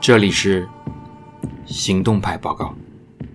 这里是行动派报告。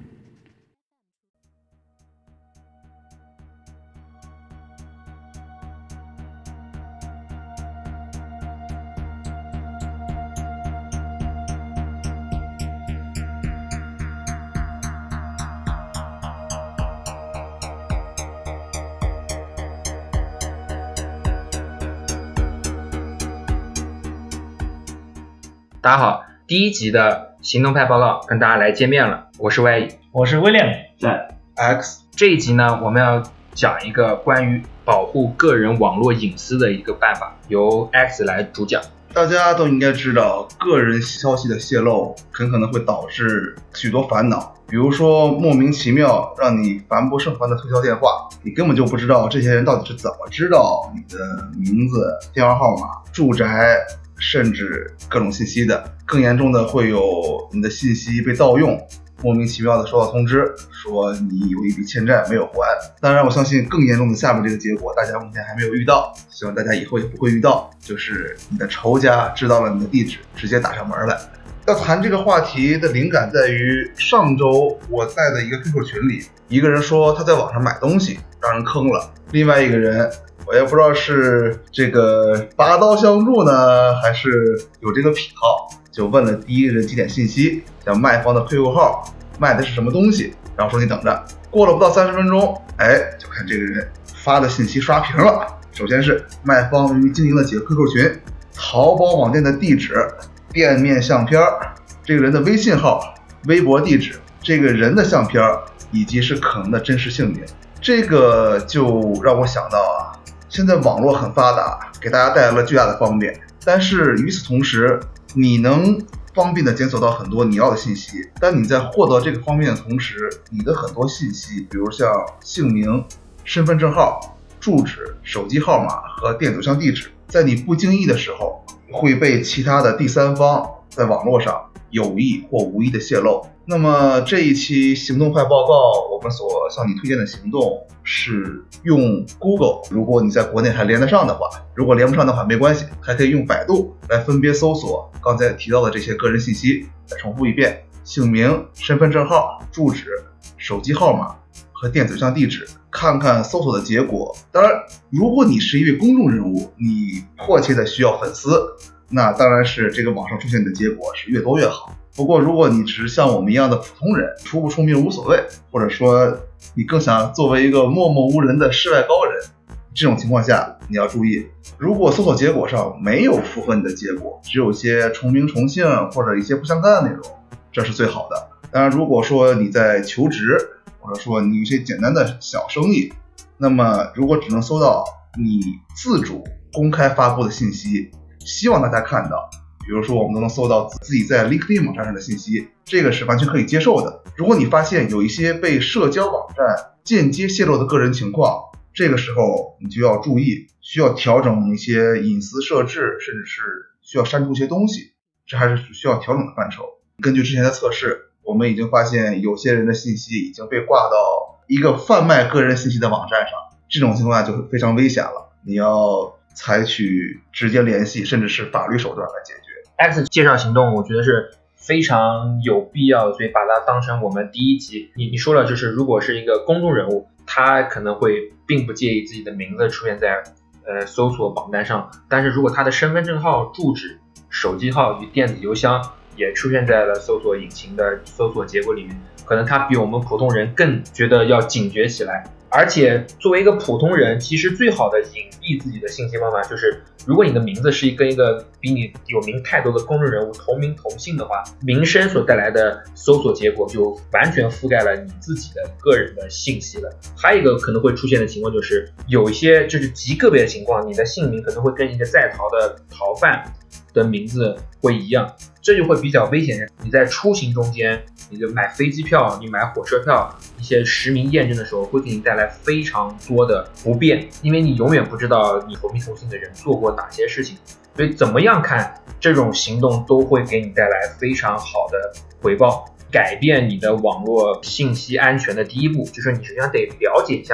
大家好，第一集的行动派报告跟大家来见面了，我是 Y， 我是 William， 在 X。 这一集呢，我们要讲一个关于保护个人网络隐私的一个办法，由 X 来主讲。 大家都应该知道，个人消息的泄露很可能会导致许多烦恼，比如说莫名其妙让你烦不胜烦的推销电话，你根本就不知道这些人到底是怎么知道你的名字、电话号码、住宅，甚至各种信息的。更严重的会有你的信息被盗用，莫名其妙的收到通知说你有一笔欠债没有还。当然我相信更严重的下面这个结果大家目前还没有遇到，希望大家以后也不会遇到，就是你的仇家知道了你的地址，直接打上门来。要谈这个话题的灵感在于上周我在的一个 QQ 群里，一个人说他在网上买东西让人坑了，另外一个人我也不知道是这个拔刀相助呢，还是有这个癖好，就问了第一个人几点信息，像卖方的 QQ 号，卖的是什么东西，然后说你等着。过了不到30分钟，就看这个人发的信息刷屏了。首先是卖方由于经营了几个 QQ 群，淘宝网店的地址、店面相片、这个人的微信号、微博地址、这个人的相片以及是可能的真实姓名。这个就让我想到现在网络很发达，给大家带来了巨大的方便，但是与此同时，你能方便的检索到很多你要的信息，但你在获得这个方面的同时，你的很多信息，比如像姓名、身份证号、住址、手机号码和电子邮箱地址，在你不经意的时候会被其他的第三方在网络上有意或无意的泄露。那么这一期行动派报告，我们所向你推荐的行动是用 Google， 如果你在国内还连得上的话，如果连不上的话没关系，还可以用百度来分别搜索刚才提到的这些个人信息。再重复一遍，姓名、身份证号、住址、手机号码和电子邮箱地址，看看搜索的结果。当然，如果你是一位公众人物，你迫切的需要粉丝，那当然是这个网上出现的结果是越多越好。不过如果你只是像我们一样的普通人，出不出名无所谓，或者说你更想作为一个默默无人的世外高人，这种情况下你要注意，如果搜索结果上没有符合你的结果，只有些重名重姓或者一些不相干的内容，这是最好的。当然如果说你在求职，或者说你有一些简单的小生意，那么如果只能搜到你自主公开发布的信息，希望大家看到，比如说我们都能搜到自己在 LinkedIn 网站上的信息，这个是完全可以接受的。如果你发现有一些被社交网站间接泄露的个人情况，这个时候你就要注意，需要调整一些隐私设置，甚至是需要删除一些东西，这还是需要调整的范畴。根据之前的测试，我们已经发现有些人的信息已经被挂到一个贩卖个人信息的网站上，这种情况下就非常危险了，你要采取直接联系甚至是法律手段来解决。 X 介绍行动我觉得是非常有必要的，所以把它当成我们第一集。你说了，就是如果是一个公众人物，他可能会并不介意自己的名字出现在搜索榜单上，但是如果他的身份证号、住址、手机号与电子邮箱也出现在了搜索引擎的搜索结果里面，可能他比我们普通人更觉得要警觉起来。而且作为一个普通人，其实最好的隐蔽自己的信息方法就是，如果你的名字是跟一个比你有名太多的公众人物同名同姓的话，名声所带来的搜索结果就完全覆盖了你自己的个人的信息了。还有一个可能会出现的情况就是，有一些就是极个别的情况，你的姓名可能会跟一个在逃的逃犯的名字会一样，这就会比较危险。你在出行中间，你就买飞机票、你买火车票，一些实名验证的时候，会给你带来非常多的不便，因为你永远不知道你同名同姓的人做过哪些事情。所以怎么样看这种行动都会给你带来非常好的回报。改变你的网络信息安全的第一步，就是你首先得了解一下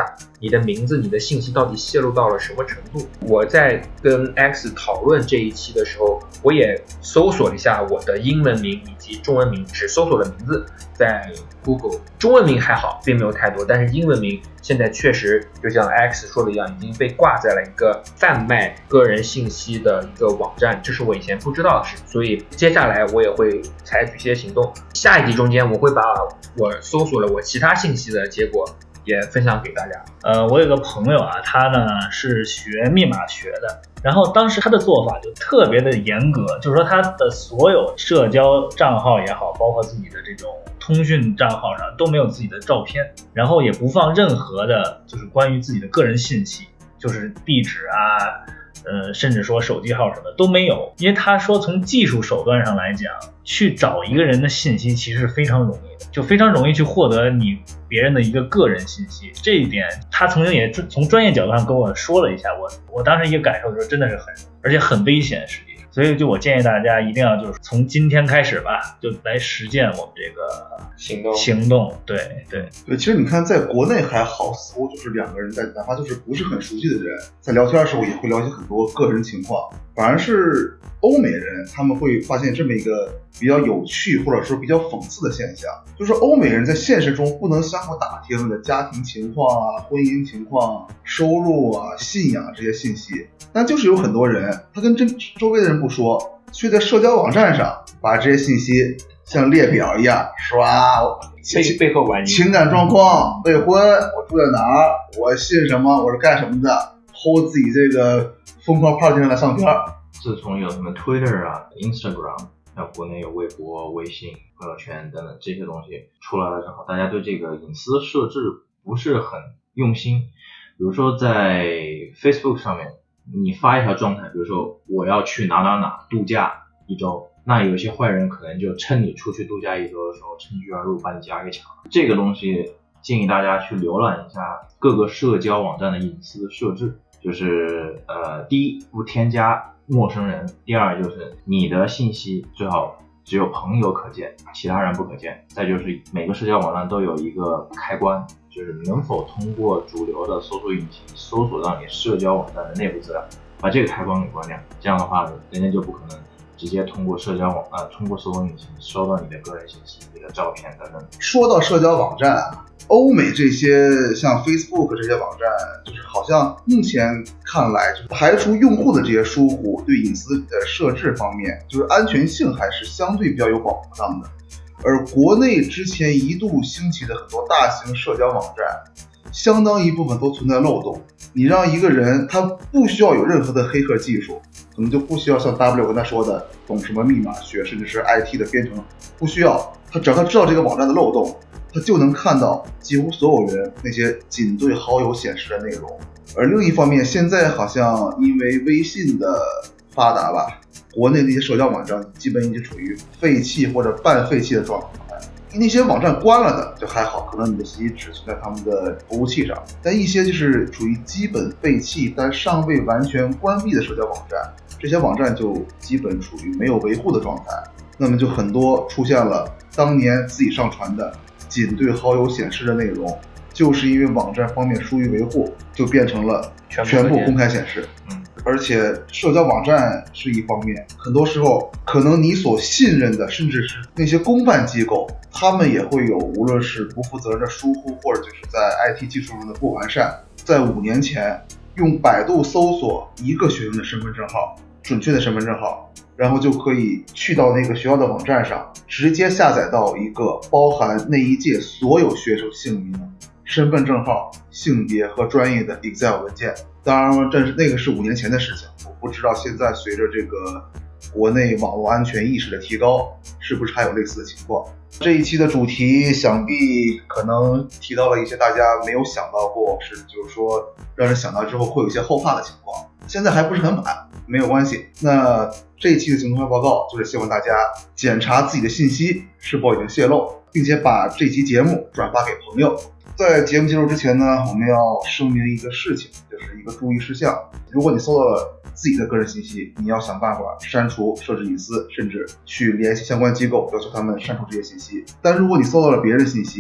你的名字、你的信息到底泄露到了什么程度。我在跟 X 讨论这一期的时候，我也搜索了一下我的英文名以及中文名，只搜索了名字，在 Google 中文名还好，并没有太多，但是英文名现在确实就像 X 说的一样，已经被挂在了一个贩卖个人信息的一个网站，这是我以前不知道的事，所以接下来我也会采取一些行动。下一集中间我会把我搜索了我其他信息的结果也分享给大家。 我有个朋友啊，他呢是学密码学的，然后当时他的做法就特别的严格，就是说他的所有社交账号也好，包括自己的这种通讯账号上都没有自己的照片，然后也不放任何的就是关于自己的个人信息，就是地址啊甚至说手机号什么的都没有。因为他说从技术手段上来讲，去找一个人的信息其实是非常容易的，就非常容易去获得别人的一个个人信息。这一点他曾经也从专业角度上跟我说了一下，我当时一个感受就是真的是而且很危险实际。所以就我建议大家一定要就是从今天开始吧，就来实践我们这个行动。对， 其实你看在国内还好，似乎就是两个人在哪怕就是不是很熟悉的人在聊天的时候也会了解很多个人情况，反而是欧美人他们会发现这么一个比较有趣或者说比较讽刺的现象，就是欧美人在现实中不能相互打听的家庭情况啊、婚姻情况、收入啊、信仰这些信息，但就是有很多人他跟周围的人不说，却在社交网站上把这些信息像列表一样刷， 背后玩情感状况、未婚、我住在哪儿、我信什么、我是干什么的，hold 自己这个疯狂 party 上的相片。 自从有什么 Twitter 啊、Instagram， 那国内有微博、微信、朋友圈等等这些东西出来了之后，大家对这个隐私设置不是很用心。比如说在 Facebook 上面，你发一条状态，比如说我要去哪度假1周，那有些坏人可能就趁你出去度假1周的时候趁虚而入，把你家给抢了。这个东西建议大家去浏览一下各个社交网站的隐私设置，就是第一，不添加陌生人，第二就是你的信息最好只有朋友可见，其他人不可见。再就是每个社交网站都有一个开关，就是能否通过主流的搜索引擎搜索到你社交网站的内部资料，把这个开关给关掉。这样的话，人家就不可能直接通过社交网通过搜索引擎收到你的个人信息、你的照片等等。 说到社交网站啊，欧美这些像 Facebook 这些网站，就是好像目前看来，就是排除用户的这些疏忽，对隐私的设置方面，就是安全性还是相对比较有保障的。而国内之前一度兴起的很多大型社交网站，相当一部分都存在漏洞。你让一个人他不需要有任何的黑客技术，可能就不需要像 W 跟他说的懂什么密码学，甚至是 IT 的编程，不需要，他只要他知道这个网站的漏洞，他就能看到几乎所有人那些仅对好友显示的内容。而另一方面，现在好像因为微信的发达吧，国内那些社交网站基本已经处于废弃或者半废弃的状态。那些网站关了的就还好，可能你的信息只存在他们的服务器上，但一些就是处于基本废弃但尚未完全关闭的社交网站，这些网站就基本处于没有维护的状态。那么就很多出现了当年自己上传的仅对好友显示的内容，就是因为网站方面疏于维护，就变成了全部公开显示。而且社交网站是一方面，很多时候可能你所信任的甚至是那些公办机构，他们也会有无论是不负责任的疏忽，或者就是在 IT 技术上的不完善。在5年前用百度搜索一个学生的身份证号，准确的身份证号，然后就可以去到那个学校的网站上，直接下载到一个包含那一届所有学生姓名、身份证号、性别和专业的 Excel 文件。当然那个是5年前的事情，我不知道现在随着这个国内网络安全意识的提高，是不是还有类似的情况。这一期的主题想必可能提到了一些大家没有想到过，就是说让人想到之后会有一些后怕的情况，现在还不是很满，没有关系。那这一期的行动报告就是希望大家检查自己的信息是否已经泄露，并且把这期节目转发给朋友。在节目结束之前呢，我们要声明一个事情，就是一个注意事项。如果你搜到了自己的个人信息，你要想办法删除、设置隐私，甚至去联系相关机构要求他们删除这些信息。但如果你搜到了别人信息，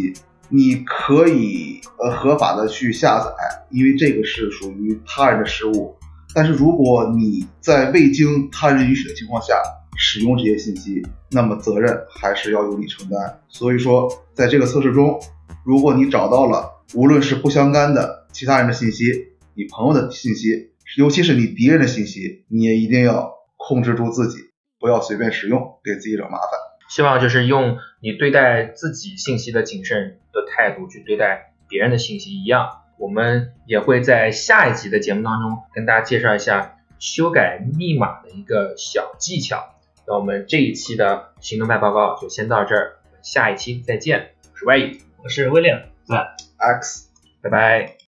你可以合法的去下载，因为这个是属于他人的失误。但是如果你在未经他人允许的情况下使用这些信息，那么责任还是要由你承担。所以说在这个测试中，如果你找到了无论是不相干的其他人的信息，你朋友的信息，尤其是你敌人的信息，你也一定要控制住自己，不要随便使用，给自己惹麻烦。 希望就是用你对待自己信息的谨慎的态度去对待别人的信息一样。我们也会在下一集的节目当中跟大家介绍一下修改密码的一个小技巧。那我们这一期的行动派报告就先到这儿，下一期再见。我是 Y， 我是威廉， X， 拜拜。